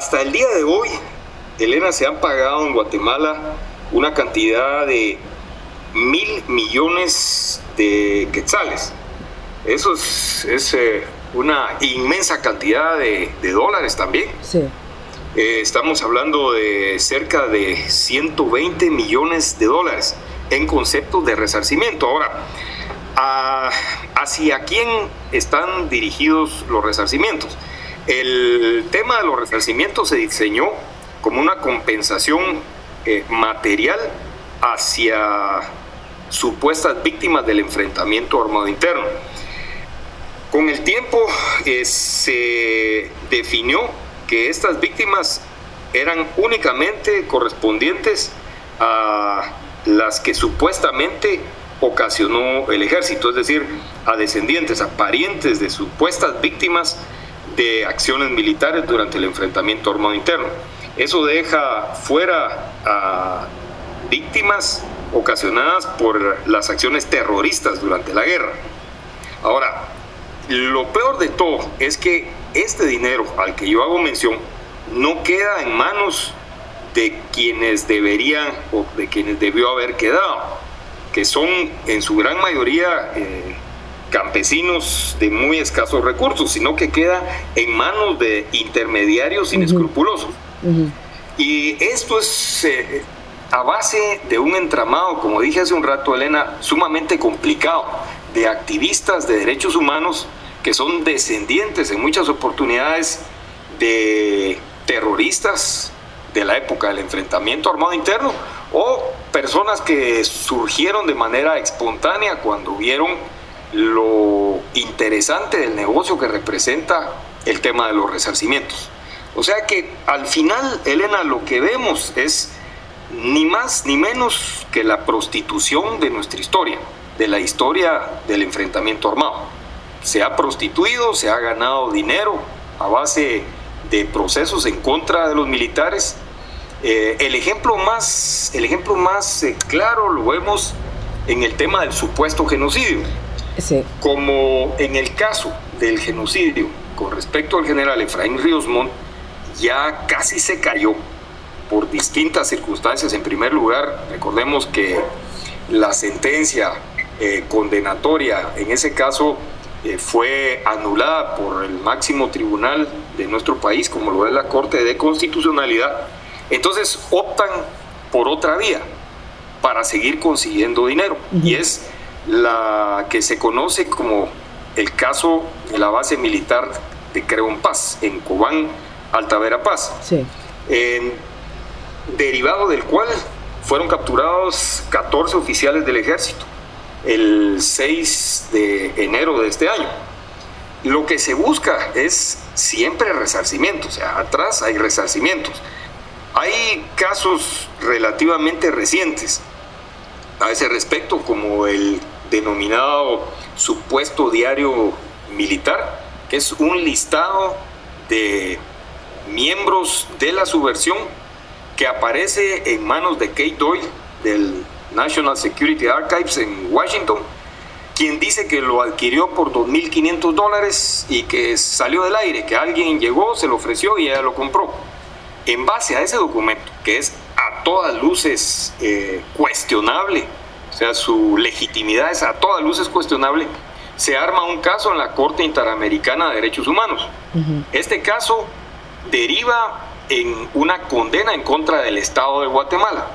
Hasta el día de hoy, Elena, se han pagado en Guatemala una cantidad de 1.000 millones de quetzales. Eso es una inmensa cantidad de dólares también. Sí. Estamos hablando de cerca de 120 millones de dólares en conceptos de resarcimiento. Ahora, ¿hacia quién están dirigidos los resarcimientos? El tema de los resarcimientos se diseñó como una compensación material hacia supuestas víctimas del enfrentamiento armado interno. Con el tiempo se definió que estas víctimas eran únicamente correspondientes a las que supuestamente ocasionó el ejército, es decir, a descendientes, a parientes de supuestas víctimas de acciones militares durante el enfrentamiento armado interno. Eso deja fuera a víctimas ocasionadas por las acciones terroristas durante la guerra. Ahora, lo peor de todo es que este dinero al que yo hago mención no queda en manos de quienes deberían o de quienes debió haber quedado, que son en su gran mayoría campesinos de muy escasos recursos, sino que queda en manos de intermediarios inescrupulosos. Y esto es a base de un entramado, como dije hace un rato, Elena, sumamente complicado, de activistas de derechos humanos que son descendientes en muchas oportunidades de terroristas de la época del enfrentamiento armado interno, o personas que surgieron de manera espontánea cuando vieron lo interesante del negocio que representa el tema de los resarcimientos. O sea que al final, Elena, lo que vemos es ni más ni menos que la prostitución de nuestra historia, de la historia del enfrentamiento armado. Se ha prostituido, se ha ganado dinero a base de procesos en contra de los militares. El ejemplo más claro lo vemos en el tema del supuesto genocidio. Sí. Como en el caso del genocidio con respecto al general Efraín Ríos Montt, ya casi se cayó por distintas circunstancias. En primer lugar, recordemos que la sentencia condenatoria en ese caso fue anulada por el máximo tribunal de nuestro país, como lo es la Corte de Constitucionalidad. Entonces optan por otra vía para seguir consiguiendo dinero, y es la que se conoce como el caso de la base militar de Creo Paz, en Cobán, Alta Verapaz, sí. Derivado del cual fueron capturados 14 oficiales del ejército el 6 de enero de este año. Lo que se busca es siempre resarcimiento, o sea, atrás hay resarcimientos. Hay casos relativamente recientes a ese respecto, como el denominado supuesto diario militar, que es un listado de miembros de la subversión que aparece en manos de Kate Doyle del National Security Archives en Washington, quien dice que lo adquirió por $2.500 y que salió del aire, que alguien llegó, se lo ofreció y ella lo compró. En base a ese documento, que es a todas luces cuestionable, o sea, su legitimidad es a todas luces cuestionable, se arma un caso en la Corte Interamericana de Derechos Humanos. Este caso deriva en una condena en contra del Estado de Guatemala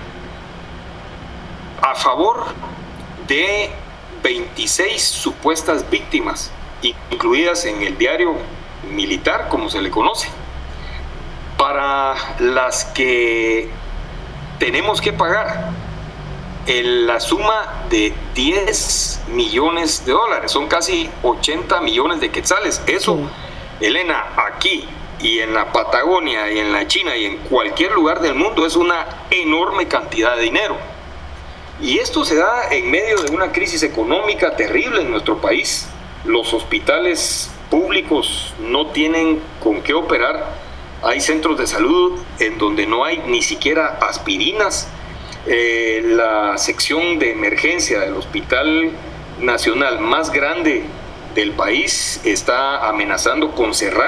a favor de 26 supuestas víctimas, incluidas en el diario militar, como se le conoce, para las que tenemos que pagar la suma de $10 millones. Son casi 80 millones de quetzales. Eso, sí. Elena, aquí y en la Patagonia y en la China y en cualquier lugar del mundo es una enorme cantidad de dinero. Y esto se da en medio de una crisis económica terrible en nuestro país. Los hospitales públicos no tienen con qué operar. Hay centros de salud en donde no hay ni siquiera aspirinas. La sección de emergencia del Hospital Nacional más grande del país está amenazando con cerrar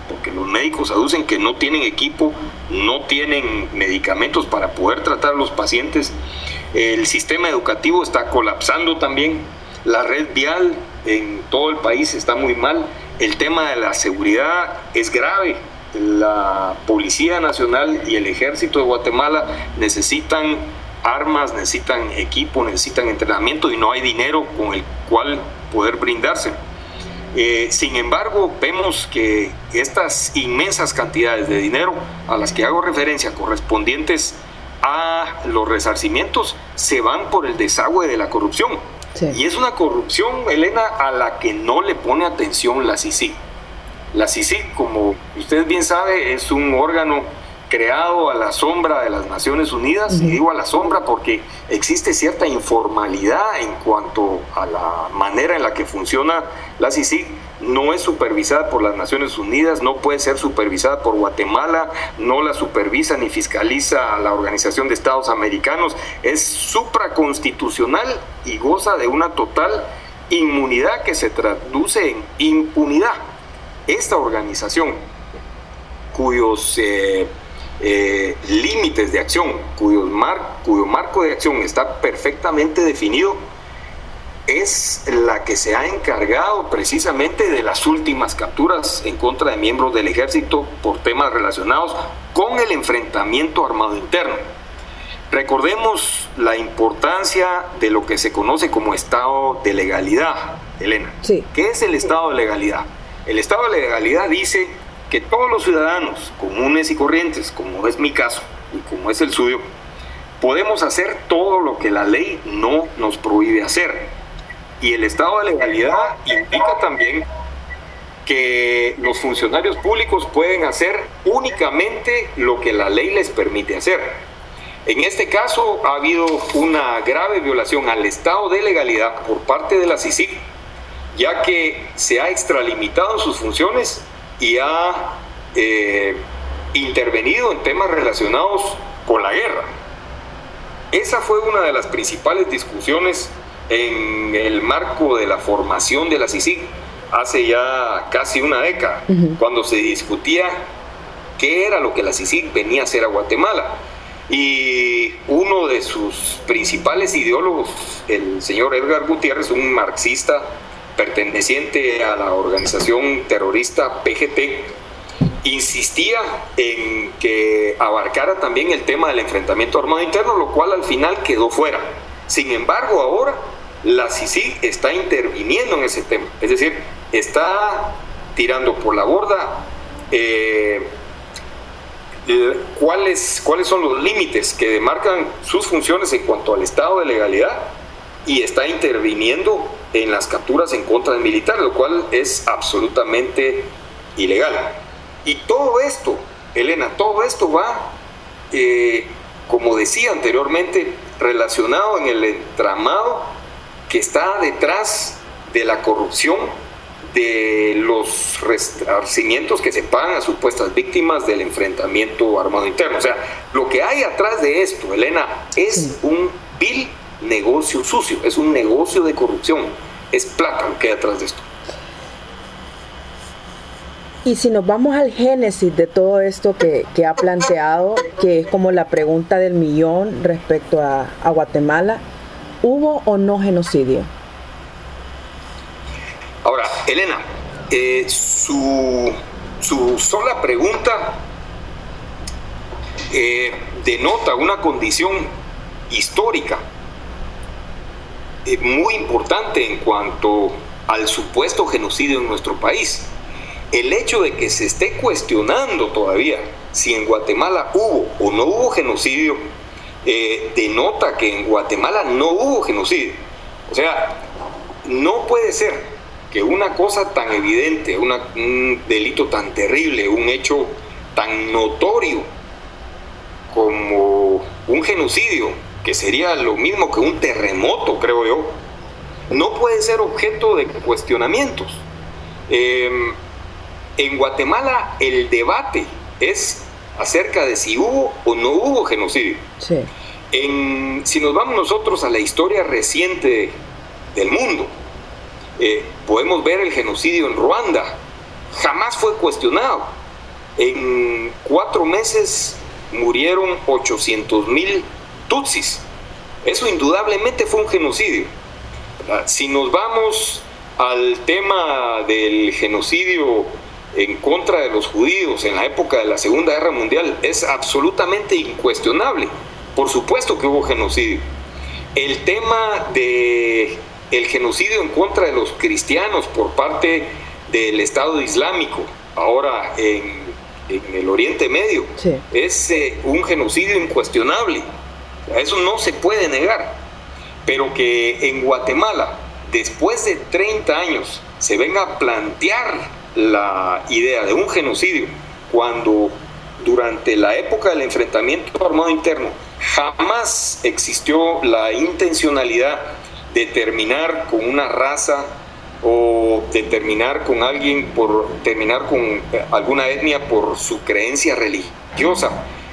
porque los médicos aducen que no tienen equipo, no tienen medicamentos para poder tratar a los pacientes. El sistema educativo está colapsando también, la red vial en todo el país está muy mal, el tema de la seguridad es grave. La Policía Nacional y el Ejército de Guatemala necesitan armas, necesitan equipo, necesitan entrenamiento y no hay dinero con el cual poder brindarse. Sin embargo, vemos que estas inmensas cantidades de dinero a las que hago referencia, correspondientes a los resarcimientos, se van por el desagüe de la corrupción. Sí. Y es una corrupción, Elena, a la que no le pone atención la CICIG. La CICIG, como usted bien sabe, es un órgano creado a la sombra de las Naciones Unidas, y digo a la sombra porque existe cierta informalidad en cuanto a la manera en la que funciona la CICIG. No es supervisada por las Naciones Unidas, no puede ser supervisada por Guatemala, no la supervisa ni fiscaliza a la Organización de Estados Americanos, es supraconstitucional y goza de una total inmunidad que se traduce en impunidad. Esta organización, cuyos límites de acción, cuyo marco de acción está perfectamente definido, es la que se ha encargado precisamente de las últimas capturas en contra de miembros del ejército por temas relacionados con el enfrentamiento armado interno. Recordemos la importancia de lo que se conoce como estado de legalidad, Elena. Sí. ¿Qué es el estado de legalidad? El estado de legalidad dice que todos los ciudadanos comunes y corrientes, como es mi caso y como es el suyo, podemos hacer todo lo que la ley no nos prohíbe hacer. Y el estado de legalidad implica también que los funcionarios públicos pueden hacer únicamente lo que la ley les permite hacer. En este caso ha habido una grave violación al estado de legalidad por parte de la CICIG, ya que se ha extralimitado en sus funciones y ha intervenido en temas relacionados con la guerra. Esa fue una de las principales discusiones en el marco de la formación de la CICIG hace ya casi una década, cuando se discutía qué era lo que la CICIG venía a hacer a Guatemala. Y uno de sus principales ideólogos, el señor Edgar Gutiérrez, un marxista perteneciente a la organización terrorista PGT, insistía en que abarcara también el tema del enfrentamiento armado interno, lo cual al final quedó fuera. Sin embargo, ahora la CICIG está interviniendo en ese tema, es decir, está tirando por la borda cuáles son los límites que demarcan sus funciones en cuanto al estado de legalidad, y está interviniendo en las capturas en contra del militar, lo cual es absolutamente ilegal. Y todo esto, Elena, todo esto va, como decía anteriormente, relacionado en el entramado que está detrás de la corrupción, de los resarcimientos que se pagan a supuestas víctimas del enfrentamiento armado interno. O sea, lo que hay atrás de esto, Elena, es un vil negocio sucio, es un negocio de corrupción, es plata lo que hay atrás de esto. Y si nos vamos al génesis de todo esto que ha planteado, que es como la pregunta del millón respecto a Guatemala, ¿hubo o no genocidio? Ahora, Elena, su sola pregunta denota una condición histórica muy importante en cuanto al supuesto genocidio en nuestro país. El hecho de que se esté cuestionando todavía si en Guatemala hubo o no hubo genocidio denota que en Guatemala no hubo genocidio. O sea, no puede ser que una cosa tan evidente, un delito tan terrible, un hecho tan notorio como un genocidio, que sería lo mismo que un terremoto, creo yo, no puede ser objeto de cuestionamientos. En Guatemala el debate es acerca de si hubo o no hubo genocidio. Sí. Si nos vamos nosotros a la historia reciente del mundo, podemos ver el genocidio en Ruanda, jamás fue cuestionado. En 4 meses murieron 800,000 tutsis. Eso indudablemente fue un genocidio. Si nos vamos al tema del genocidio en contra de los judíos en la época de la Segunda Guerra Mundial, es absolutamente incuestionable. Por supuesto que hubo genocidio. El tema del genocidio en contra de los cristianos por parte del Estado Islámico, ahora en el Oriente Medio, sí, es un genocidio incuestionable. Eso no se puede negar. Pero que en Guatemala, después de 30 años, se venga a plantear la idea de un genocidio, cuando durante la época del enfrentamiento armado interno jamás existió la intencionalidad de terminar con una raza o de terminar con alguien, por terminar con alguna etnia por su creencia religiosa,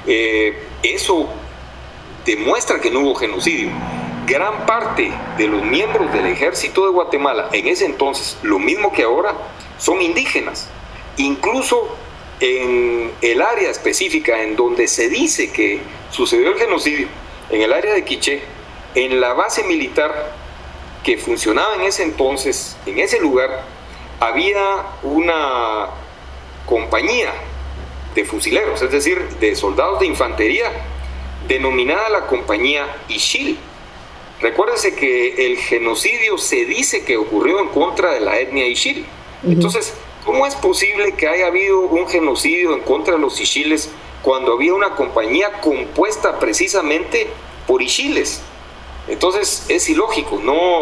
eso demuestra que no hubo genocidio. Gran parte de los miembros del ejército de Guatemala en ese entonces, lo mismo que ahora, son indígenas. Incluso en el área específica en donde se dice que sucedió el genocidio, en el área de Quiché, en la base militar que funcionaba en ese entonces, en ese lugar, había una compañía de fusileros, es decir, de soldados de infantería, denominada la compañía Ixil. Recuérdense que el genocidio se dice que ocurrió en contra de la etnia Ixil. Entonces, ¿cómo es posible que haya habido un genocidio en contra de los Ixiles cuando había una compañía compuesta precisamente por Ixiles? Entonces, es ilógico,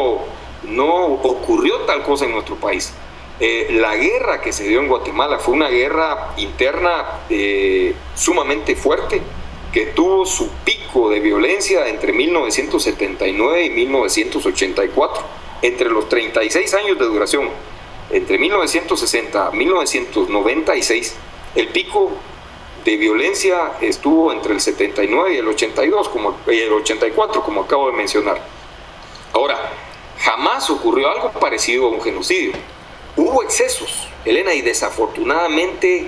no ocurrió tal cosa en nuestro país. La guerra que se dio en Guatemala fue una guerra interna sumamente fuerte, que tuvo su pico de violencia entre 1979 y 1984, entre los 36 años de duración. Entre 1960 a 1996, el pico de violencia estuvo entre el 79 y el 82, el 84, como acabo de mencionar. Ahora, jamás ocurrió algo parecido a un genocidio. Hubo excesos, Elena, y desafortunadamente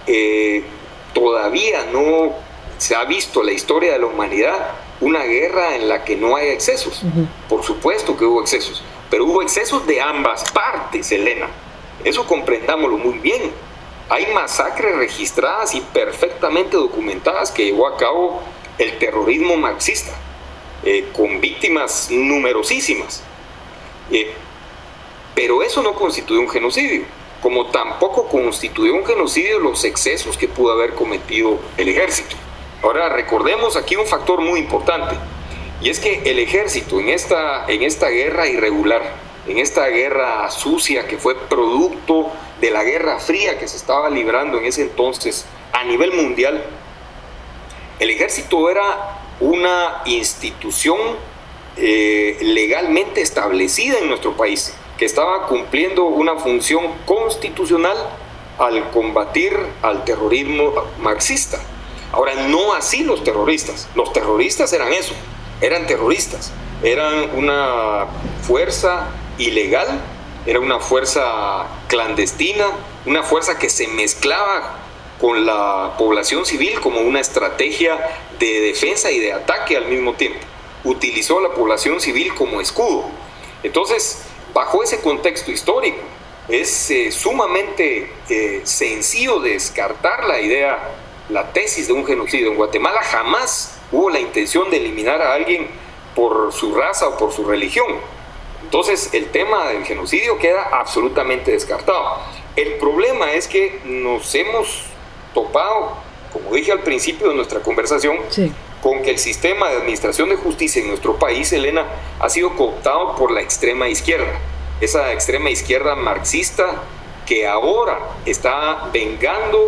todavía no se ha visto en la historia de la humanidad una guerra en la que no haya excesos. Por supuesto que hubo excesos, pero hubo excesos de ambas partes, Elena. Eso comprendámoslo muy bien. Hay masacres registradas y perfectamente documentadas que llevó a cabo el terrorismo marxista, con víctimas numerosísimas. Pero eso no constituye un genocidio, como tampoco constituyó un genocidio los excesos que pudo haber cometido el ejército. Ahora, recordemos aquí un factor muy importante, y es que el ejército en esta guerra irregular, en esta guerra sucia que fue producto de la Guerra Fría que se estaba librando en ese entonces a nivel mundial, el ejército era una institución legalmente establecida en nuestro país, que estaba cumpliendo una función constitucional al combatir al terrorismo marxista. Ahora, no así los terroristas. Los terroristas eran eso, eran terroristas, eran una fuerza ilegal, era una fuerza clandestina, una fuerza que se mezclaba con la población civil como una estrategia de defensa y de ataque al mismo tiempo. Utilizó a la población civil como escudo. Entonces, bajo ese contexto histórico, es sumamente sencillo descartar la idea, la tesis de un genocidio. En Guatemala jamás hubo la intención de eliminar a alguien por su raza o por su religión. Entonces, el tema del genocidio queda absolutamente descartado. El problema es que nos hemos topado, como dije al principio de nuestra conversación, sí, con que el sistema de administración de justicia en nuestro país, Elena, ha sido cooptado por la extrema izquierda. Esa extrema izquierda marxista que ahora está vengando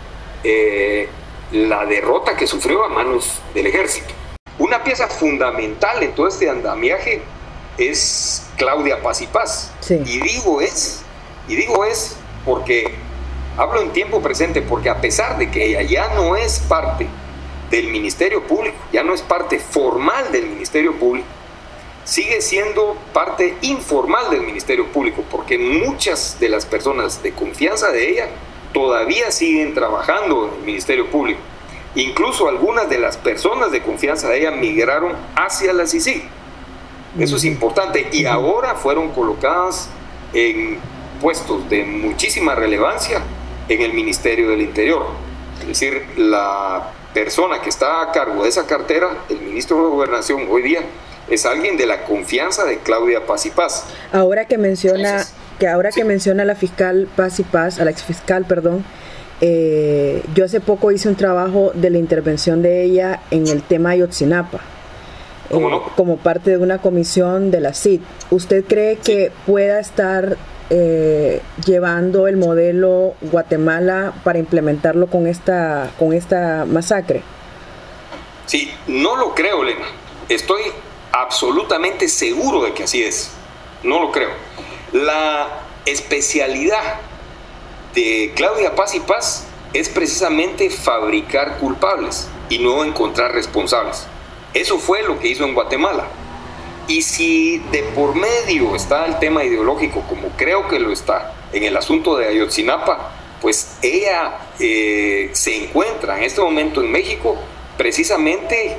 la derrota que sufrió a manos del ejército. Una pieza fundamental en todo este andamiaje es Claudia Paz y Paz. Sí. Y digo es porque hablo en tiempo presente, porque a pesar de que ella ya no es parte del Ministerio Público, ya no es parte formal del Ministerio Público, sigue siendo parte informal del Ministerio Público, porque muchas de las personas de confianza de ella todavía siguen trabajando en el Ministerio Público. Incluso algunas de las personas de confianza de ella migraron hacia la CICIG. Eso es importante. Y ahora fueron colocadas en puestos de muchísima relevancia en el Ministerio del Interior. Es decir, la persona que está a cargo de esa cartera, el ministro de Gobernación hoy día, es alguien de la confianza de Claudia Paz y Paz. Ahora que menciona a la fiscal Paz y Paz, a la exfiscal, perdón, yo hace poco hice un trabajo de la intervención de ella en el tema Ayotzinapa, como parte de una comisión de la CID. ¿Usted cree que pueda estar llevando el modelo Guatemala para implementarlo con esta masacre? Sí, no lo creo, Elena. Estoy absolutamente seguro de que así es. No lo creo. La especialidad de Claudia Paz y Paz es precisamente fabricar culpables y no encontrar responsables. Eso fue lo que hizo en Guatemala. Y si de por medio está el tema ideológico, como creo que lo está en el asunto de Ayotzinapa, pues ella se encuentra en este momento en México precisamente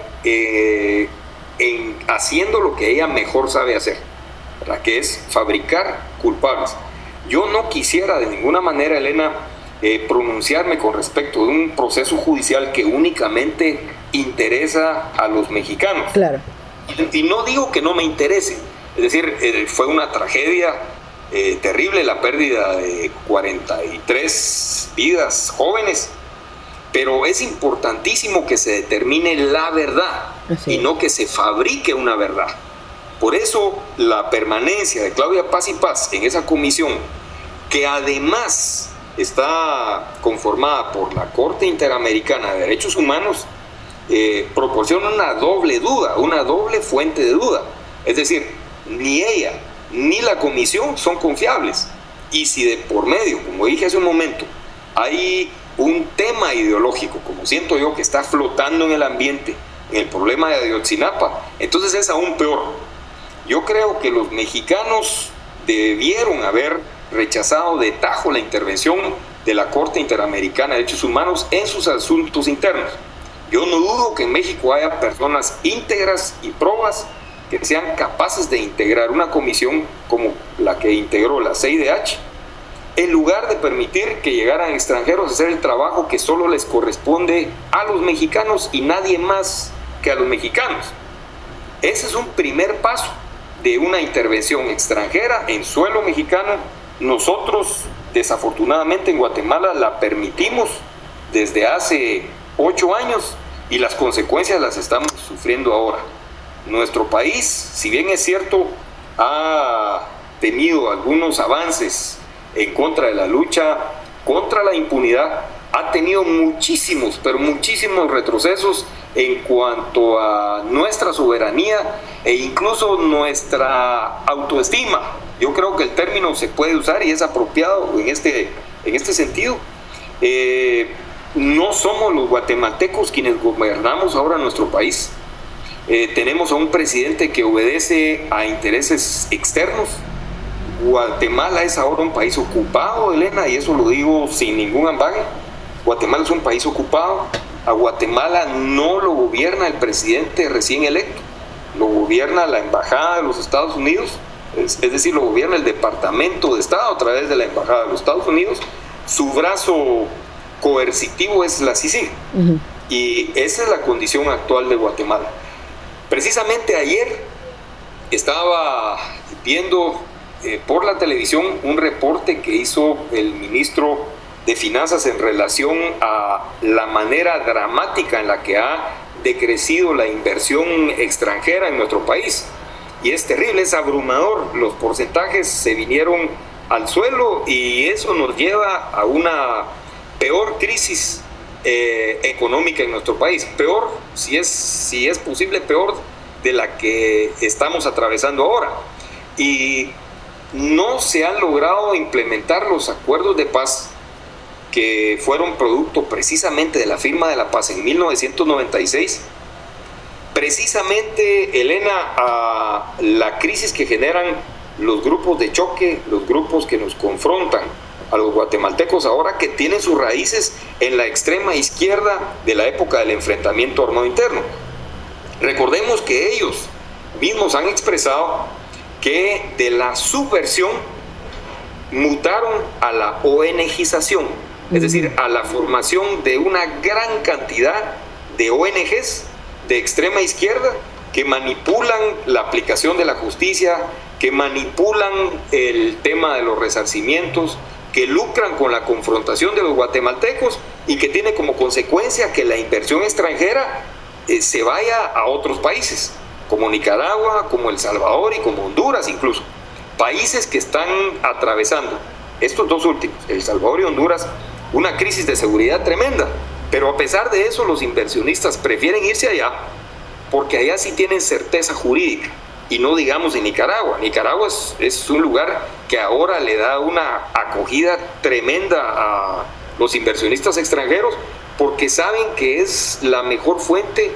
haciendo lo que ella mejor sabe hacer, ¿verdad? Que es fabricar culpables. Yo no quisiera de ninguna manera, Elena, pronunciarme con respecto de un proceso judicial que únicamente interesa a los mexicanos. Claro. Y no digo que no me interese, es decir, fue una tragedia terrible la pérdida de 43 vidas jóvenes, pero es importantísimo que se determine la verdad y no que se fabrique una verdad. Por eso la permanencia de Claudia Paz y Paz en esa comisión, que además está conformada por la Corte Interamericana de Derechos Humanos, proporciona una doble duda, una doble fuente de duda. Es decir, ni ella ni la comisión son confiables. Y si de por medio, como dije hace un momento, hay un tema ideológico, como siento yo, que está flotando en el ambiente, en el problema de Ayotzinapa, entonces es aún peor. Yo creo que los mexicanos debieron haber rechazado de tajo la intervención de la Corte Interamericana de Derechos Humanos en sus asuntos internos. Yo no dudo que en México haya personas íntegras y probas que sean capaces de integrar una comisión como la que integró la CIDH, en lugar de permitir que llegaran extranjeros a hacer el trabajo que solo les corresponde a los mexicanos y nadie más que a los mexicanos. Ese es un primer paso de una intervención extranjera en suelo mexicano. Nosotros, desafortunadamente, en Guatemala la permitimos desde hace 8 años y las consecuencias las estamos sufriendo ahora. Nuestro país, si bien es cierto, ha tenido algunos avances en contra de la lucha contra la impunidad, ha tenido muchísimos, pero muchísimos retrocesos en cuanto a nuestra soberanía e incluso nuestra autoestima. Yo creo que el término se puede usar y es apropiado en este sentido. No somos los guatemaltecos quienes gobernamos ahora nuestro país. Tenemos a un presidente que obedece a intereses externos. Guatemala es ahora un país ocupado, Elena, y eso lo digo sin ningún ambaje. Guatemala es un país ocupado. A Guatemala no lo gobierna el presidente recién electo, lo gobierna la Embajada de los Estados Unidos, es decir, lo gobierna el Departamento de Estado a través de la Embajada de los Estados Unidos. Su brazo coercitivo es la CICIG, y esa es la condición actual de Guatemala. Precisamente ayer estaba viendo por la televisión un reporte que hizo el ministro de Finanzas en relación a la manera dramática en la que ha decrecido la inversión extranjera en nuestro país. Y es terrible, es abrumador. Los porcentajes se vinieron al suelo y eso nos lleva a una peor crisis económica en nuestro país. Peor, si es posible, peor de la que estamos atravesando ahora. Y no se han logrado implementar los acuerdos de paz que fueron producto precisamente de la firma de la paz en 1996, precisamente, Elena, a la crisis que generan los grupos de choque, los grupos que nos confrontan a los guatemaltecos ahora, que tienen sus raíces en la extrema izquierda de la época del enfrentamiento armado interno. Recordemos que ellos mismos han expresado que de la subversión mutaron a la ONGización, es decir, a la formación de una gran cantidad de ONGs de extrema izquierda que manipulan la aplicación de la justicia, que manipulan el tema de los resarcimientos, que lucran con la confrontación de los guatemaltecos y que tiene como consecuencia que la inversión extranjera se vaya a otros países, como Nicaragua, como El Salvador y como Honduras incluso. Países que están atravesando, estos dos últimos, El Salvador y Honduras, una crisis de seguridad tremenda. Pero a pesar de eso, los inversionistas prefieren irse allá porque allá sí tienen certeza jurídica. Y no digamos en Nicaragua. Nicaragua es un lugar que ahora le da una acogida tremenda a los inversionistas extranjeros porque saben que es la mejor fuente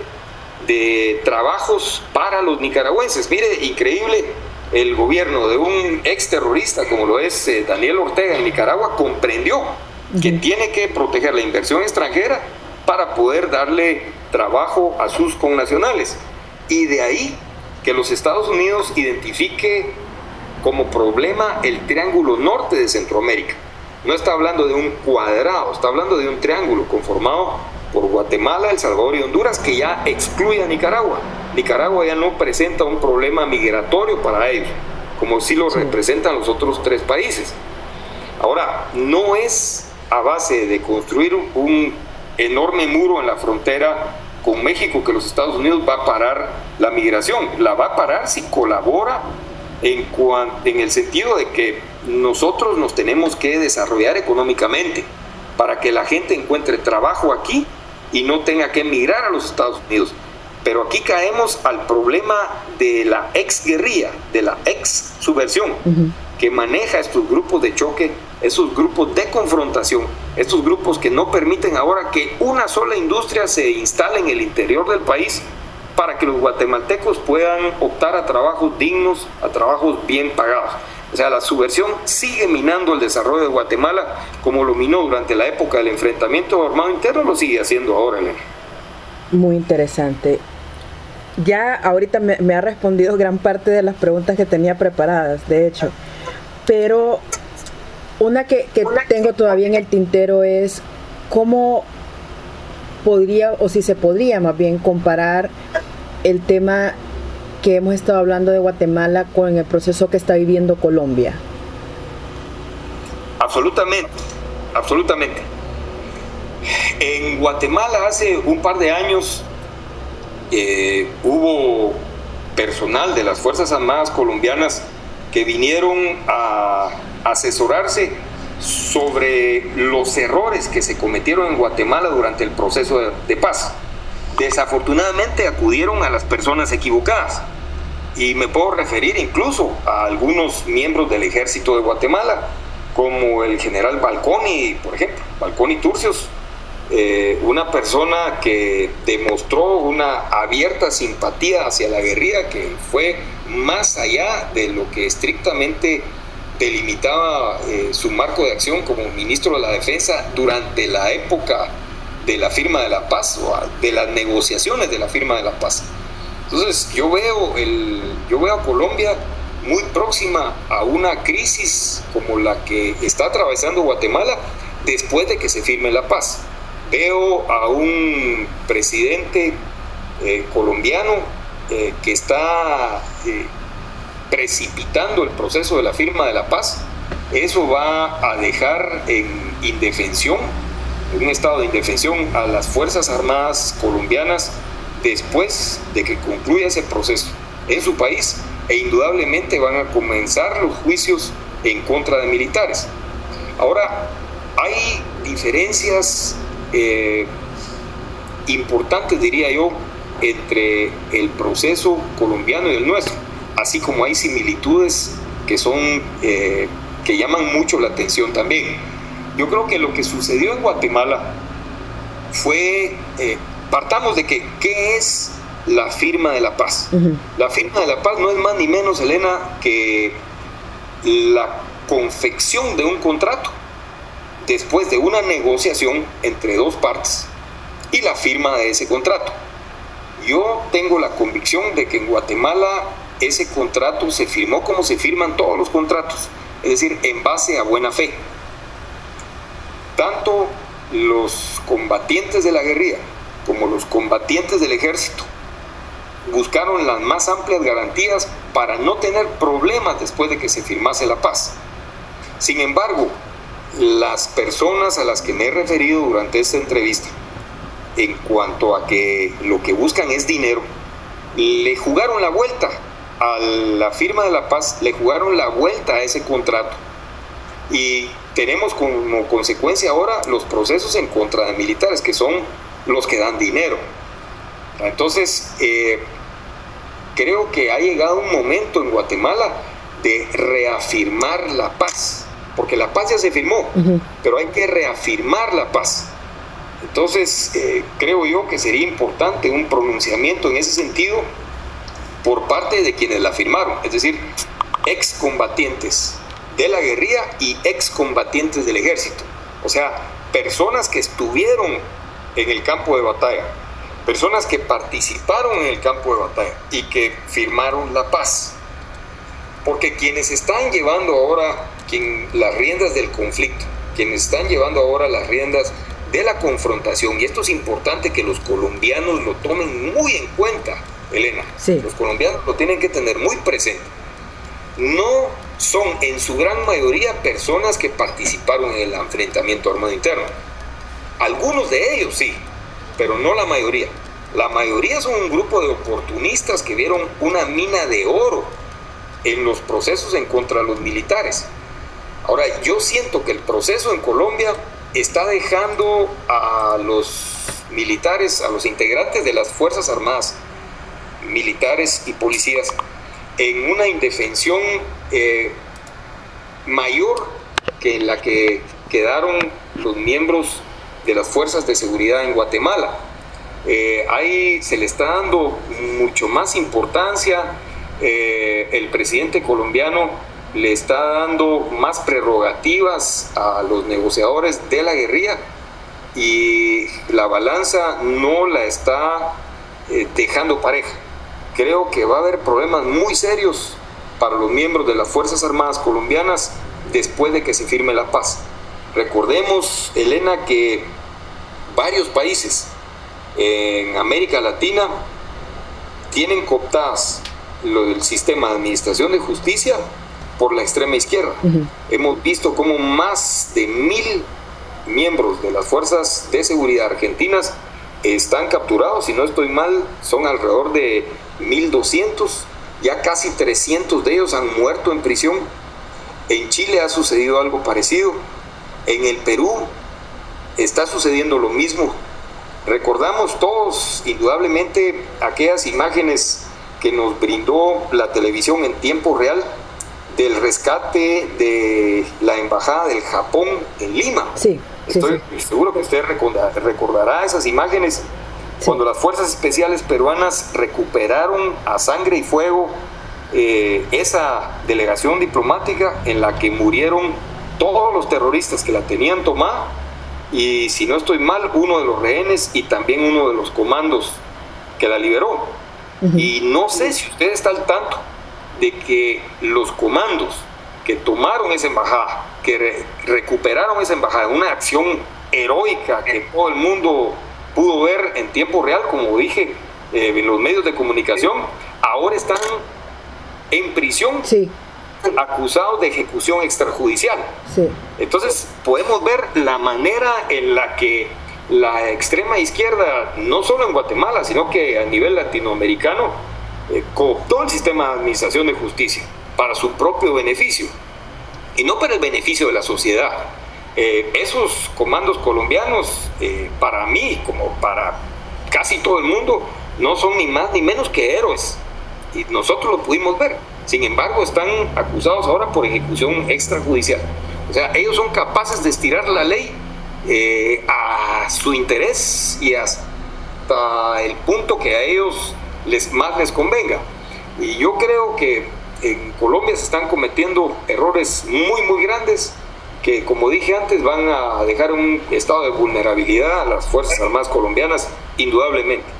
de trabajos para los nicaragüenses. Mire, increíble, el gobierno de un ex terrorista como lo es Daniel Ortega en Nicaragua comprendió que tiene que proteger la inversión extranjera para poder darle trabajo a sus connacionales. Y de ahí que los Estados Unidos identifique como problema el triángulo norte de Centroamérica. No está hablando de un cuadrado, está hablando de un triángulo conformado por Guatemala, El Salvador y Honduras, que ya excluye a Nicaragua. Nicaragua ya no presenta un problema migratorio para ellos, como sí lo representan los otros tres países. Ahora, no es a base de construir un enorme muro en la frontera con México que los Estados Unidos va a parar la migración. La va a parar si colabora en el sentido de que nosotros nos tenemos que desarrollar económicamente para que la gente encuentre trabajo aquí y no tenga que emigrar a los Estados Unidos. Pero aquí caemos al problema de la exguerrilla, de la ex subversión, que maneja estos grupos de choque, esos grupos de confrontación, estos grupos que no permiten ahora que una sola industria se instale en el interior del país para que los guatemaltecos puedan optar a trabajos dignos, a trabajos bien pagados. O sea, la subversión sigue minando el desarrollo de Guatemala como lo minó durante la época del enfrentamiento armado interno, lo sigue haciendo ahora, Elena. Muy interesante. Ya ahorita me ha respondido gran parte de las preguntas que tenía preparadas, de hecho. Pero una que tengo todavía en el tintero es cómo podría, o si se podría más bien, comparar el tema que hemos estado hablando de Guatemala con el proceso que está viviendo Colombia. Absolutamente, absolutamente. En Guatemala hace un par de años hubo personal de las Fuerzas Armadas colombianas que vinieron a asesorarse sobre los errores que se cometieron en Guatemala durante el proceso de paz. Desafortunadamente acudieron a las personas equivocadas y me puedo referir incluso a algunos miembros del ejército de Guatemala, como el general Balconi, por ejemplo, Balconi Turcios, una persona que demostró una abierta simpatía hacia la guerrilla que fue más allá de lo que estrictamente delimitaba su marco de acción como ministro de la Defensa durante la época de la firma de la paz o de las negociaciones de la firma de la paz. Entonces yo veo a Colombia muy próxima a una crisis como la que está atravesando Guatemala después de que se firme la paz. Veo a un presidente colombiano que está precipitando el proceso de la firma de la paz. Eso va a dejar en indefensión, en un estado de indefensión, a las Fuerzas Armadas colombianas después de que concluya ese proceso en su país, e indudablemente van a comenzar los juicios en contra de militares. Ahora, hay diferencias importantes, diría yo, entre el proceso colombiano y el nuestro, así como hay similitudes que son que llaman mucho la atención también. Yo creo que lo que sucedió en Guatemala fue, partamos de que, ¿qué es la firma de la paz. La firma de la paz no es más ni menos, Elena, que la confección de un contrato después de una negociación entre dos partes y la firma de ese contrato. Yo tengo la convicción de que en Guatemala ese contrato se firmó como se firman todos los contratos, es decir, en base a buena fe. Tanto los combatientes de la guerrilla como los combatientes del ejército buscaron las más amplias garantías para no tener problemas después de que se firmase la paz. Sin embargo, las personas a las que me he referido durante esta entrevista, en cuanto a que lo que buscan es dinero, le jugaron la vuelta a la firma de la paz, le jugaron la vuelta a ese contrato. Y tenemos como consecuencia ahora los procesos en contra de militares, que son los que dan dinero. Entonces, creo que ha llegado un momento en Guatemala de reafirmar la paz, porque la paz ya se firmó, pero hay que reafirmar la paz. Entonces, creo yo que sería importante un pronunciamiento en ese sentido por parte de quienes la firmaron, es decir, excombatientes de la guerrilla y excombatientes del ejército. O sea, personas que estuvieron en el campo de batalla, personas que participaron en el campo de batalla y que firmaron la paz. Porque quienes están llevando ahora las riendas del conflicto, quienes están llevando ahora las riendas de la confrontación, y esto es importante que los colombianos lo tomen muy en cuenta, Elena, sí. Los colombianos lo tienen que tener muy presente. No son en su gran mayoría personas que participaron en el enfrentamiento armado interno. Algunos de ellos sí, pero no la mayoría. La mayoría son un grupo de oportunistas que vieron una mina de oro en los procesos en contra de los militares. Ahora, yo siento que el proceso en Colombia está dejando a los militares, a los integrantes de las Fuerzas Armadas, militares y policías, en una indefensión mayor que en la que quedaron los miembros de las fuerzas de seguridad en Guatemala. Ahí se le está dando mucho más importancia, el presidente colombiano le está dando más prerrogativas a los negociadores de la guerrilla y la balanza no la está dejando pareja. Creo que va a haber problemas muy serios para los miembros de las Fuerzas Armadas colombianas después de que se firme la paz. Recordemos, Elena, que varios países en América Latina tienen cooptadas lo del sistema de administración de justicia por la extrema izquierda. Hemos visto cómo más de 1,000 miembros de las fuerzas de seguridad argentinas están capturados, si no estoy mal, son alrededor de 1,200, ya casi 300 de ellos han muerto en prisión. En Chile ha sucedido algo parecido, en el Perú está sucediendo lo mismo. Recordamos todos, indudablemente, aquellas imágenes que nos brindó la televisión en tiempo real del rescate de la embajada del Japón en Lima. Sí, estoy seguro que usted recordará esas imágenes, cuando las fuerzas especiales peruanas recuperaron a sangre y fuego esa delegación diplomática en la que murieron todos los terroristas que la tenían tomada, y si no estoy mal, uno de los rehenes y también uno de los comandos que la liberó. Y no sé si usted está al tanto de que los comandos que tomaron esa embajada, que recuperaron esa embajada, una acción heroica que todo el mundo pudo ver en tiempo real, como dije, en los medios de comunicación, ahora están en prisión, acusados de ejecución extrajudicial. Entonces podemos ver la manera en la que la extrema izquierda, no solo en Guatemala, sino que a nivel latinoamericano, cooptó el sistema de administración de justicia para su propio beneficio y no para el beneficio de la sociedad. Esos comandos colombianos, para mí, como para casi todo el mundo, no son ni más ni menos que héroes, y nosotros lo pudimos ver. Sin embargo, están acusados ahora por ejecución extrajudicial. O sea, ellos son capaces de estirar la ley a su interés y hasta el punto que a ellos más les convenga. Y yo creo que en Colombia se están cometiendo errores muy, muy grandes que, como dije antes, van a dejar un estado de vulnerabilidad a las Fuerzas Armadas colombianas, indudablemente.